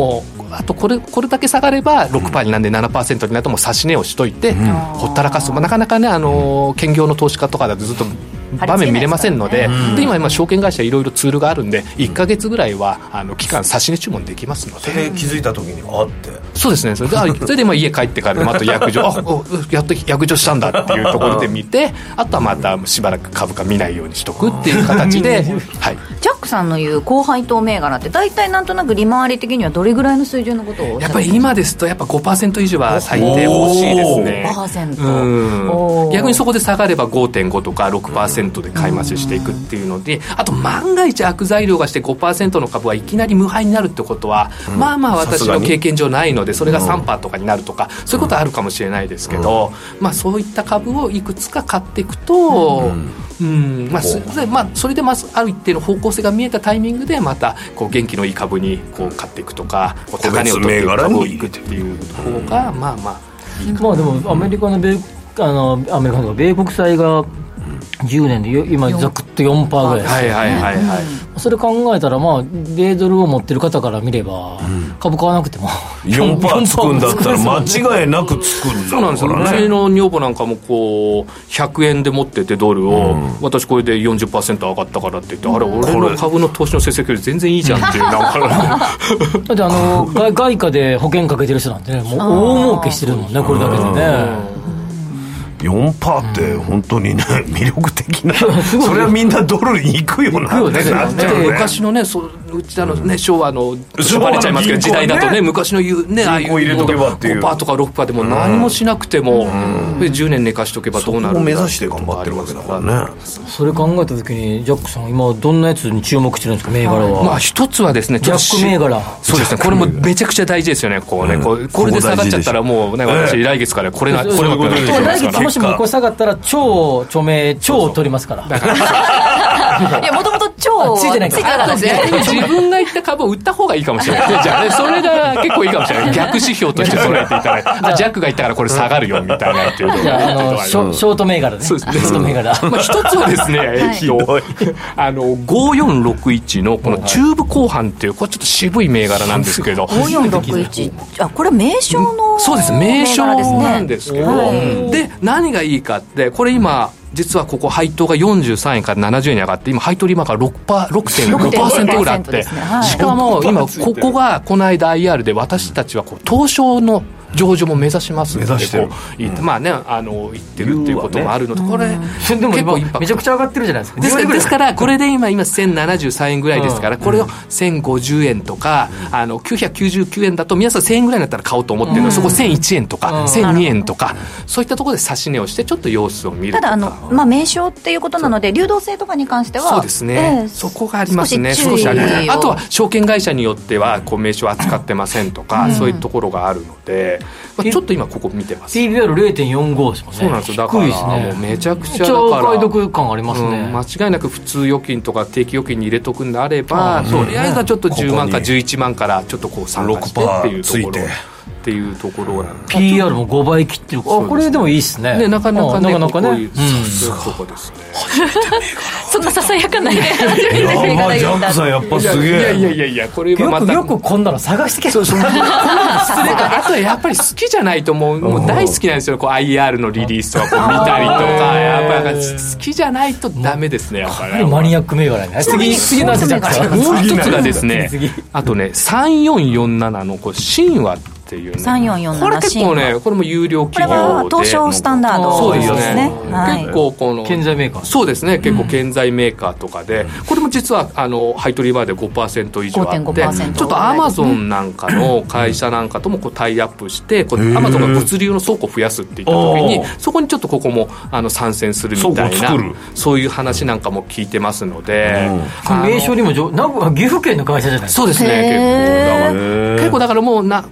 あとこれこれだけ下がれば ろくパーセント になんで ななパーセント になるともう指し値をしといて、うん、ほったらかす、まあ、なかなかねあの兼業の投資家とかだとずっと場面見れませんので、うん、で今今証券会社いろいろツールがあるんでいっかげつぐらいはあの期間指し値注文できますので、 それ気づいた時にあってそうですね、それでそれでまあ家帰ってからまた約定あやっと約定したんだっていうところで見てあとはまたしばらく株価見ないようにしとくっていう形で、はい、 ジャックさんの言う高配当銘柄って大体なんとなく利回り的にはどれぐらいの水準のことをおっしゃるんですか？ やっぱり今ですとやっぱ ごパーセント 以上は最低欲しいですね。 ごパーセント、 うん、逆にそこで下がれば ごてんご とか ろくパーセント で買い増ししていくっていうので、あと万が一悪材料がして ごパーセント の株はいきなり無敗になるってことは、うん、まあまあ私の経験上ないのでそれが さんパーセント とかになるとかそういうことはあるかもしれないですけど、うんまあ、そういった株をいくつか買っていくと、うんうんまあそれまあ、それでまずある一定の方向性が見えたタイミングでまたこう元気のいい株にこう買っていくとかこう高値を取っていく株をいくっていう方がまあまあいいかな。 まあでもアメリカの米あのアメリカの米国債がじゅうねんで今ざくっと よんパーセント ぐらいです、 はいはいはいはい、 それ考えたらまあ米ドルを持ってる方から見れば、うん、株買わなくてもよんパーセント つくんだったら間違いなくつくんだからね。 そうなんですよ。うちの女房なんかもこうひゃくえんで持っててドルを、うん、私これで よんじゅっパーセント 上がったからって言って、うん、あれ俺の株の投資の成績より全然いいじゃんっていうなんかだってあの外, 外貨で保険かけてる人なんてねもう大儲けしてるもんねこれだけでね。 よんパーセント って本当にね魅力的な、うん、それはみんなドルに行くよなってなっちゃうね。 昔のねそうちの、ね、昭和のバレちゃいますけど時代だとね昔の言うねああいう入れとけばっていうごパーセント とか ろくパーセント でも何もしなくても、うん、じゅうねん寝かしとけばどうなるんだそこを目指して頑張ってるわけだからね。 それ考えた時にジャックさん今どんなやつに注目してるんですか銘柄は。 まあ一つはですねジャック銘柄そうですねこれもめちゃくちゃ大事ですよねこうね、うん、こうこれで下がっちゃったらもうね私来月からこれがこれがこれ来月もしもこれ下がったら超著名超を取りますからいやもともと超ついてないからついてたんですね自分が言った株を売った方がいいかもしれないじゃあ、ね、それが結構いいかもしれない逆指標として捉えていただいてあジャックが言ったからこれ下がるよみたいなっていうじゃああのショート銘柄ねそうですねショート銘柄、 まあ、一つはですね、はい、あのごよんろくいちのこの中部後半っていうこれちょっと渋い銘柄なんですけどごよんろくいちあこれ名称のそうです名称なんですけど、はい、で何がいいかってこれ今実はここ配当がよんじゅうさんえんからななじゅうえんに上がって今配当今から ろくてんごパーセント ぐらいあって、ねはい、しかも今ここがこの間 アイアール で私たちはこう東証の上場も目指しますのでこう、うん、まあねあの言ってるっていうこともあるので、これでも今めちゃくちゃ上がってるじゃないですか。 ですからですからこれで今今せんななじゅうさんえんぐらいですから、これをせんごじゅうえんとかあのきゅうひゃくきゅうじゅうきゅうえんだと皆さんせんえんぐらいだったら買おうと思ってるので、そこせんいちえんとかせんにえんとかそういったところで指し値をしてちょっと様子を見るとか。 ただあの、まあ、名称っていうことなので流動性とかに関してはそうですね、えー、そこがありますね。少しあります。あとは証券会社によってはこう名称扱ってませんとか、うん、そういうところがあるので、まあ、ちょっと今ここ見てます。 ピービーアールれいてんよんご ですもんね。 そうなんですよ。だから、ね、もうめちゃくちゃだからお買い得感ありますね、 うん、間違いなく普通預金とか定期預金に入れとくんであれば、とりあえずはちょっとじゅうまんかじゅういちまんからちょっとこう参加してっていうところっていうところなんでピーイーアール もごばい切ってる。あこれでもいいっすね。 ねなかなかねなかなかね、 こういうとこですね。 そんなささやかないね。 いやまあジャックさんやっぱすげえ。 いやいやいやいやこれはまたよくよくこんなの探してきて。そうそう。こんなの失礼か。あとはやっぱり好きじゃないともうもう大好きなんですよ。こう アイアール のリリースとかこう見たりとかやっぱり好きじゃないとダメですね。やっぱりマニアック銘柄ね。次次のジャックさん。 もう一つがですね。あとねさんよんよんななのこう神話っていうね、 さんよんよんななこれ結構ねこれも有料企業で、 これは東証スタンダードそうですね、 はい、 結構この建材メーカーそうですね結構建材メーカーとかで、うん、これも実はあの配当利回りで ごパーセント 以上あってごてんごパーセントちょっとアマゾンなんかの会社なんかともこうタイアップしてこうアマゾンが物流の倉庫を増やすっていった時にそこにちょっとここもあの参戦するみたいなそういう話なんかも聞いてますので、 うん、名称にも名古屋岐阜県の会社じゃないですか。 そうですね結構だから結構だからもうなこれも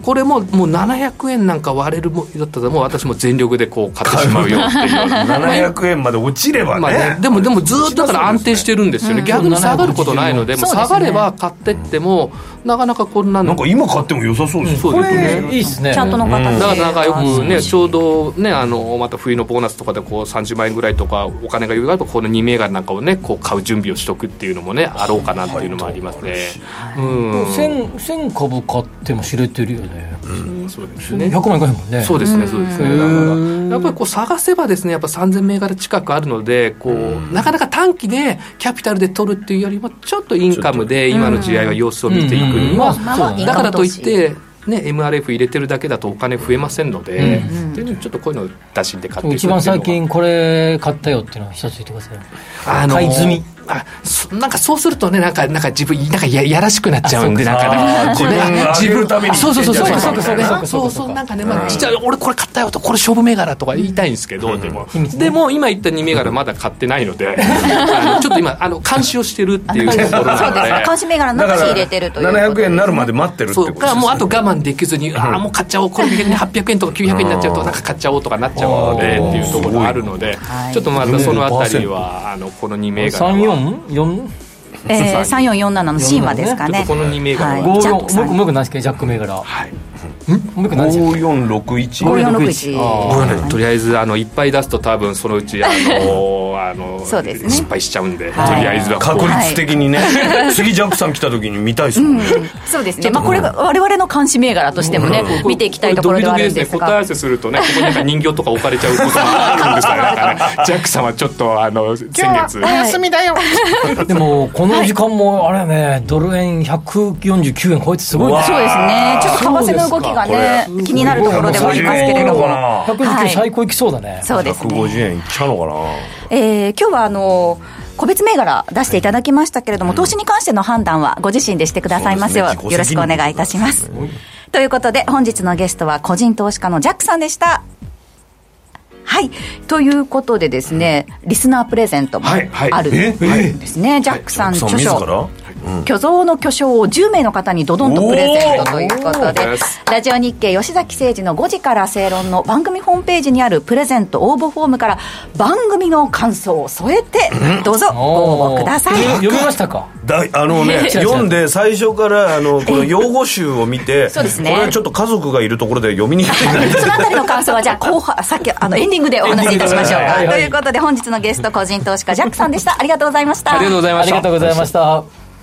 もうななひゃくえんなんか割れるもだったらもう私も全力でこう買ってしまうよっていうななひゃくえんまで落ちれば ね,、まあ、ねでもでもずっとだから安定してるんですよね、うん、逆に下がることないので、もう下がれば買ってってもなかなかこんなのなんか今買っても良さそうですね、 うん、そうですね、いいですね、 チャートの形で、 だからなんかよくね、ちょうどね、あのまた冬のボーナスとかでこうさんじゅうまんえんぐらいとかお金が余裕があればこのに銘柄なんかをねこう買う準備をしとくっていうのもねあろうかなっていうのもありますね、 はい、うん、せんかぶ買っても知れてるよね、 うん、そうですね、 ひゃくまんいかへんもんね、 そうですね、そうですね、だからやっぱりこう探せばですね、やっぱさんぜん銘柄近くあるのでこうなかなか短期でキャピタルで取るっていうよりもちょっとインカムで今の時代は様子を見ていくには、だからといってね、エムアールエフ 入れてるだけだとお金増えませんので、うんうん、ちょっとこういうのを出しで買っていくっていうのは、 一番最近これ買ったよっていうのを一つ言ってください。 あのー、 買い済み、 あそなんかそうするとね、なんかなんか自分なんか や, やらしくなっちゃうんで、なんかね、 自分が上げるために、 そうそうそうそうそうそうそうそう、なんかね、まあ、実は俺これ買ったよと、これ勝負銘柄とか言いたいんですけど、うん、でも、うん、でも今言ったに銘柄まだ買ってないので、あのちょっと今あの監視をしてるっていうところなので、 監視銘柄の中に入れてるという、 ななひゃくえんになるまで待ってるってことですね。 そうか、もうあと我慢できずに、ああもう買っちゃおう、これ逆にはっぴゃくえんとかきゅうひゃくえんになっちゃうとなんか買っちゃおうとかなっちゃうのでっていうところがあるので、ちょっとまたそのあたりはあのこのに銘柄は さんよんよんえー、さんよんよんななのシーマですかね。 このに銘柄は、はい、 もう一個何ですか、ジャック銘柄、はい、 ごよんろくいちごよんろくいち、 とりあえずあのいっぱい出すと多分そのうちあのあのそうですね、 失敗しちゃうんで、 はい、 とりあえずは確率的にね、はい、次ジャックさん来た時に見たいですもんね、うん、 そうですね、まあ、これが我々の監視銘柄としてもね、うん、見ていきたいところではあるんですが、 答え合わせするとね、ここになんか人形とか置かれちゃうことがあるんですから、ね、ジャックさんはちょっとあの先月お休みだよでもこの時間もあれね、ドル円ひゃくよんじゅうきゅうえん超えてすごいね。 そうですね、ちょっと為替の動きがね気になるところではありますけれども、 ひゃくよんじゅうきゅうえん最高いきそうだね、はい、 そうですね、 ひゃくごじゅうえんいっちゃうのかな、 えー、今日はあの個別銘柄出していただきましたけれども、うん、投資に関しての判断はご自身でしてくださいますよう、ね、よろしくお願いいたします、うん、ということで本日のゲストは個人投資家のジャックさんでした。はい、ということでですね、リスナープレゼントもあるんですね、はいはい、ジャックさん著書、うん、巨像の巨匠をじゅうめいの方にドドンとプレゼントということで、ラジオ日経吉崎誠二のごじから正論の番組ホームページにあるプレゼント応募フォームから番組の感想を添えてどうぞご応募ください、 うん、読みましたか。 だあのね読んで最初からあのこの用語集を見てそうですね、 これはちょっと家族がいるところで読みにくいないそのあたりの感想はじゃあ後半さっきあのエンディングでお話しいたしましょうか、はいはい、ということで本日のゲスト個人投資家ジャックさんでした。ありがとうございました。 ありがとうございました。 ありがとうございました。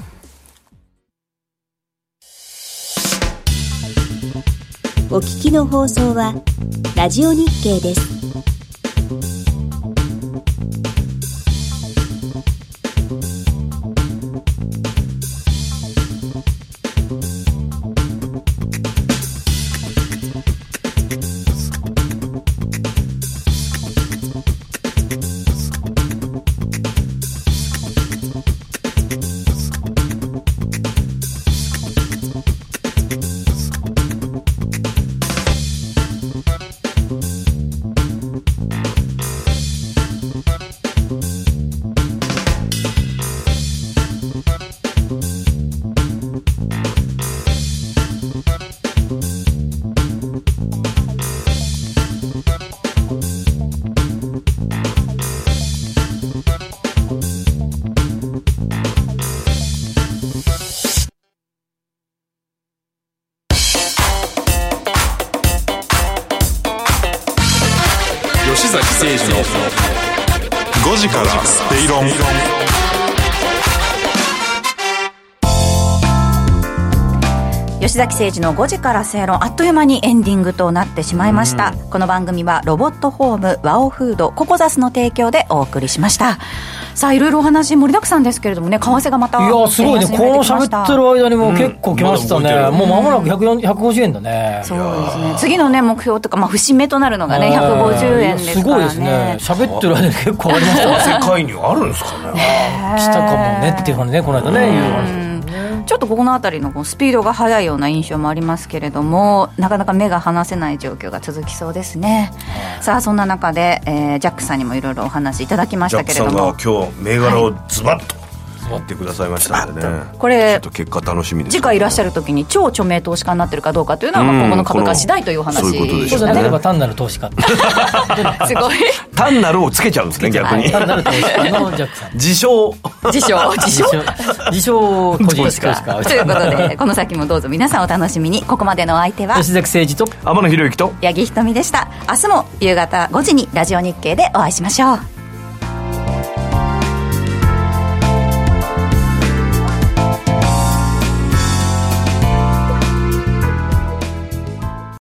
お聞きの放送はラジオ日経です。 吉崎誠二のごじからスペイロン。 吉崎誠二のごじから正論、あっという間にエンディングとなってしまいました。この番組はロボットホーム、ワオフード、ココザスの提供でお送りしました。さあいろいろお話盛りだくさんですけれどもね、為替がまたいやすごいね、この喋ってる間にも結構来ましたね、うん、もう間もなくひゃくよんひゃくごじゅうえんだね。 そうですね、次のね目標とか、まあ、節目となるのがねひゃくごじゅうえんですからね。すごいですね、 喋ってる間に結構ありましたね。 世界にはあるんですかね。 来たかもねっていう話ね、この間ね、いう話。 ちょっとここのあたりのこうスピードが速いような印象もありますけれども、なかなか目が離せない状況が続きそうですね。さあそんな中で、えー、ジャックさんにもいろいろお話いただきましたけれども、 ジャックさんが今日銘柄をズバッと言ってくださいましたんでね、 これちょっと結果楽しみです、ね、 次回いらっしゃる時に超著名投資家になってるかどうかというのは、まあ今後の株価次第という話。 そういうことでしょうね。 そうじゃなければ単なる投資家すごい単なるをつけちゃうんですね、逆に。 単なる投資家のジャックさん。 自称自称自称自称個人投資家ということで、この先もどうぞ皆さんお楽しみに。ここまでのお相手は吉崎誠二と天野博之と八木ひとみでした。明日も夕方ごじにラジオ日経でお会いしましょう。